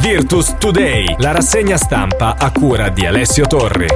Virtus Today, la rassegna stampa a cura di Alessio Torri.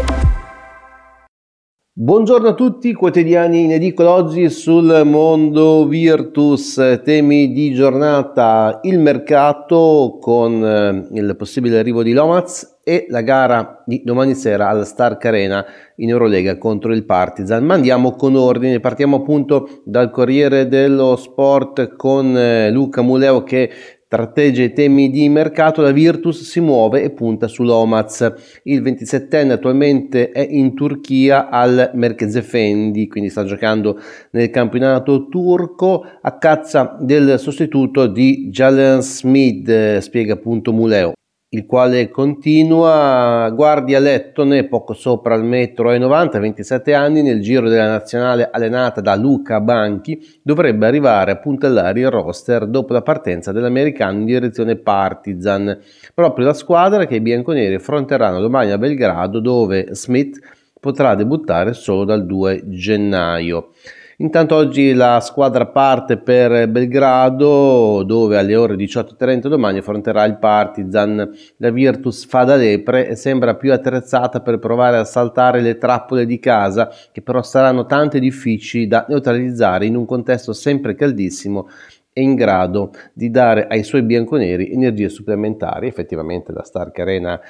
Buongiorno a tutti, quotidiani in edicola oggi sul mondo Virtus, temi di giornata, il mercato con il possibile arrivo di Lomac e la gara di domani sera alla Stark Arena in Eurolega contro il Partizan. Ma andiamo con ordine, partiamo appunto dal Corriere dello Sport con Luca Muleo che tratteggia i temi di mercato. La Virtus si muove e punta su Lomac. Il 27enne attualmente è in Turchia al Merkezefendi, quindi sta giocando nel campionato turco a caccia del sostituto di Jalen Smith, spiega appunto Muleo, il quale continua. Guardia lettone, poco sopra il 1,90 m, 27 anni, nel giro della nazionale allenata da Luca Banchi, dovrebbe arrivare a puntellare il roster dopo la partenza dell'americano in direzione Partizan, proprio la squadra che i bianconeri affronteranno domani a Belgrado, dove Smith potrà debuttare solo dal 2 gennaio. Intanto oggi la squadra parte per Belgrado, dove alle ore 18:30 domani affronterà il Partizan. La Virtus fa da lepre e sembra più attrezzata per provare a saltare le trappole di casa, che però saranno tante e difficili da neutralizzare in un contesto sempre caldissimo e in grado di dare ai suoi bianconeri energie supplementari. Effettivamente la Stark Arena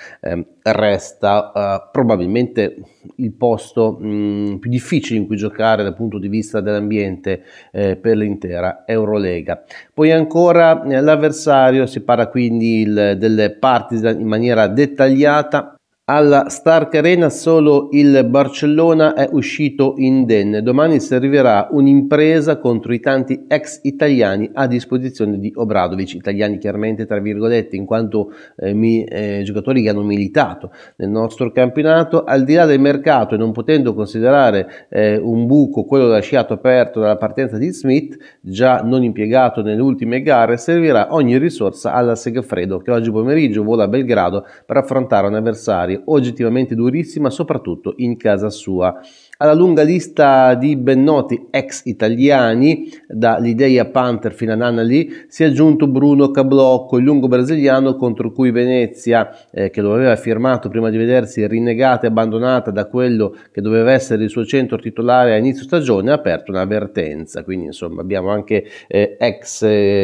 resta probabilmente il posto più difficile in cui giocare dal punto di vista dell'ambiente per l'intera Eurolega. Poi ancora l'avversario, si parla quindi del Partizan in maniera dettagliata. Alla Stark Arena solo il Barcellona è uscito indenne. Domani servirà un'impresa contro i tanti ex italiani a disposizione di Obradovic, italiani chiaramente tra virgolette, in quanto giocatori che hanno militato nel nostro campionato. Al di là del mercato e non potendo considerare un buco quello lasciato aperto dalla partenza di Smith, già non impiegato nelle ultime gare, servirà ogni risorsa alla Segafredo, che oggi pomeriggio vola a Belgrado per affrontare un avversario oggettivamente durissima, soprattutto in casa sua. Alla lunga lista di ben noti ex italiani, da Lidea Panther fino a Nana Lee, si è aggiunto Bruno Cablocco, il lungo brasiliano contro cui Venezia, che lo aveva firmato prima di vedersi rinnegata e abbandonata da quello che doveva essere il suo centro titolare a inizio stagione, ha aperto un'avvertenza. Quindi insomma abbiamo anche ex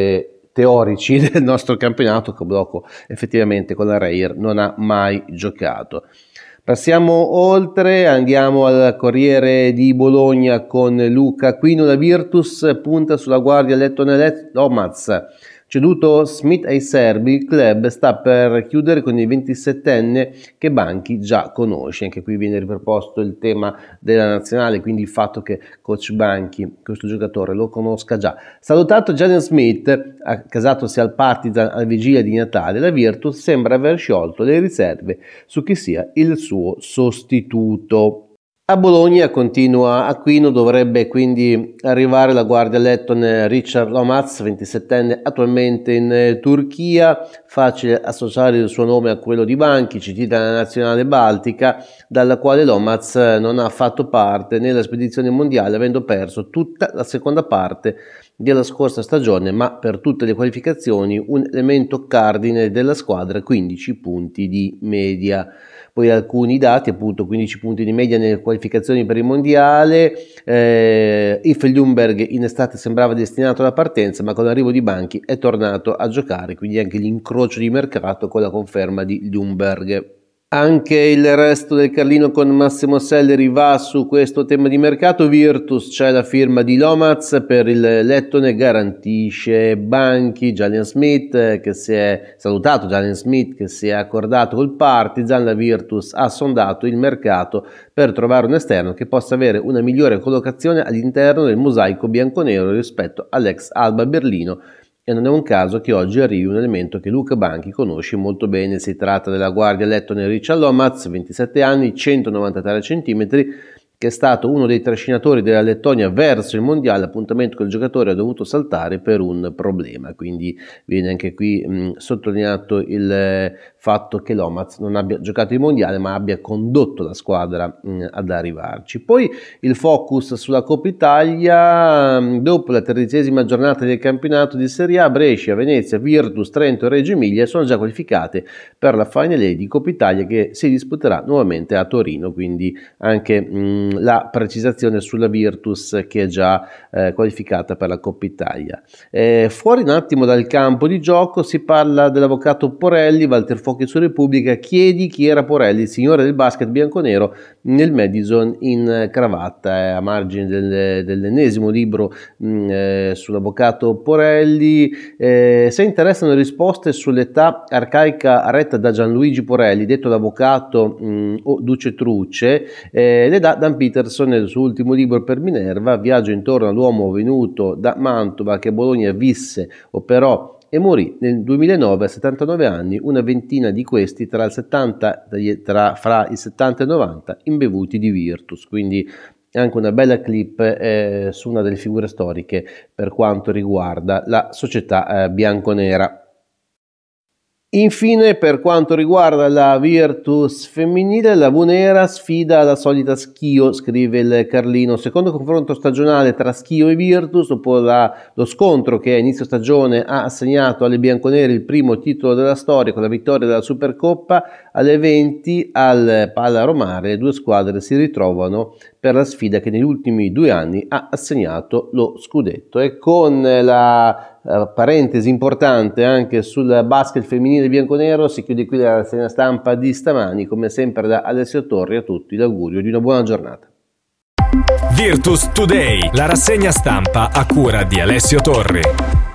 teorici del nostro campionato. Cablocco effettivamente con la Reyer non ha mai giocato. Passiamo oltre, andiamo al Corriere di Bologna con Luca Aquino. La Virtus punta sulla guardia lettone Lomac. Ceduto Smith ai serbi, il club sta per chiudere con il 27enne che Banchi già conosce. Anche qui viene riproposto il tema della nazionale, quindi il fatto che coach Banchi questo giocatore lo conosca già. Salutato Jalen Smith, accasatosi al Partizan alla vigilia di Natale, la Virtus sembra aver sciolto le riserve su chi sia il suo sostituto. A Bologna, continua Aquino, dovrebbe quindi arrivare la guardia lettone Richard Lomac, 27enne, attualmente in Turchia. Facile associare il suo nome a quello di Banchi, citata nella nazionale baltica, dalla quale Lomac non ha fatto parte nella spedizione mondiale, avendo perso tutta la seconda parte della scorsa stagione, ma per tutte le qualificazioni un elemento cardine della squadra, 15 punti di media. Poi alcuni dati, appunto 15 punti di media nelle qualificazioni per il mondiale. Ljungberg in estate sembrava destinato alla partenza, ma con l'arrivo di Banchi è tornato a giocare, quindi anche l'incrocio di mercato con la conferma di Ljungberg. Anche il resto del Carlino con Massimo Selleri va su questo tema di mercato. Virtus, c'è la firma di Lomac per il lettone, garantisce Banchi. Jalen Smith che si è salutato, Jalen Smith che si è accordato col Partizan. La Virtus ha sondato il mercato per trovare un esterno che possa avere una migliore collocazione all'interno del mosaico bianconero rispetto all'ex Alba Berlino. E non è un caso che oggi arrivi un elemento che Luca Banchi conosce molto bene. Si tratta della guardia lettone Richard Lomac, 27 anni, 193 cm, che è stato uno dei trascinatori della Lettonia verso il mondiale, appuntamento che il giocatore ha dovuto saltare per un problema. Quindi viene anche qui sottolineato il fatto che Lomax non abbia giocato il mondiale ma abbia condotto la squadra ad arrivarci. Poi il focus sulla Coppa Italia, dopo la 13ª giornata del campionato di Serie A, Brescia, Venezia, Virtus, Trento e Reggio Emilia sono già qualificate per la Final A di Coppa Italia che si disputerà nuovamente a Torino, quindi anche la precisazione sulla Virtus che è già qualificata per la Coppa Italia. Fuori un attimo dal campo di gioco si parla dell'avvocato Porelli. Walter Focchi su Repubblica: chiedi chi era Porelli, il signore del basket bianconero, nel Madison in cravatta. A margine dell'ennesimo libro sull'avvocato Porelli. Se interessano risposte sull'età arcaica retta da Gianluigi Porelli, detto l'avvocato o Duce Truce, le dà Dan Peterson nel suo ultimo libro per Minerva, viaggio intorno all'uomo venuto da Mantova che a Bologna visse, operò e morì nel 2009 a 79 anni, una ventina di questi fra il 70 e il 90 imbevuti di Virtus. Quindi anche una bella clip su una delle figure storiche per quanto riguarda la società bianconera. Infine, per quanto riguarda la Virtus femminile, la Vunera sfida la solita Schio, scrive il Carlino. Secondo confronto stagionale tra Schio e Virtus, dopo lo scontro che a inizio stagione ha assegnato alle bianconere il primo titolo della storia con la vittoria della Supercoppa, alle 20 al Pala Romare le due squadre si ritrovano per la sfida che negli ultimi 2 anni ha assegnato lo scudetto. E con la parentesi importante anche sul basket femminile bianconero si chiude qui la rassegna stampa di stamani. Come sempre da Alessio Torri a tutti l'augurio di una buona giornata. Virtus Today, la rassegna stampa a cura di Alessio Torri.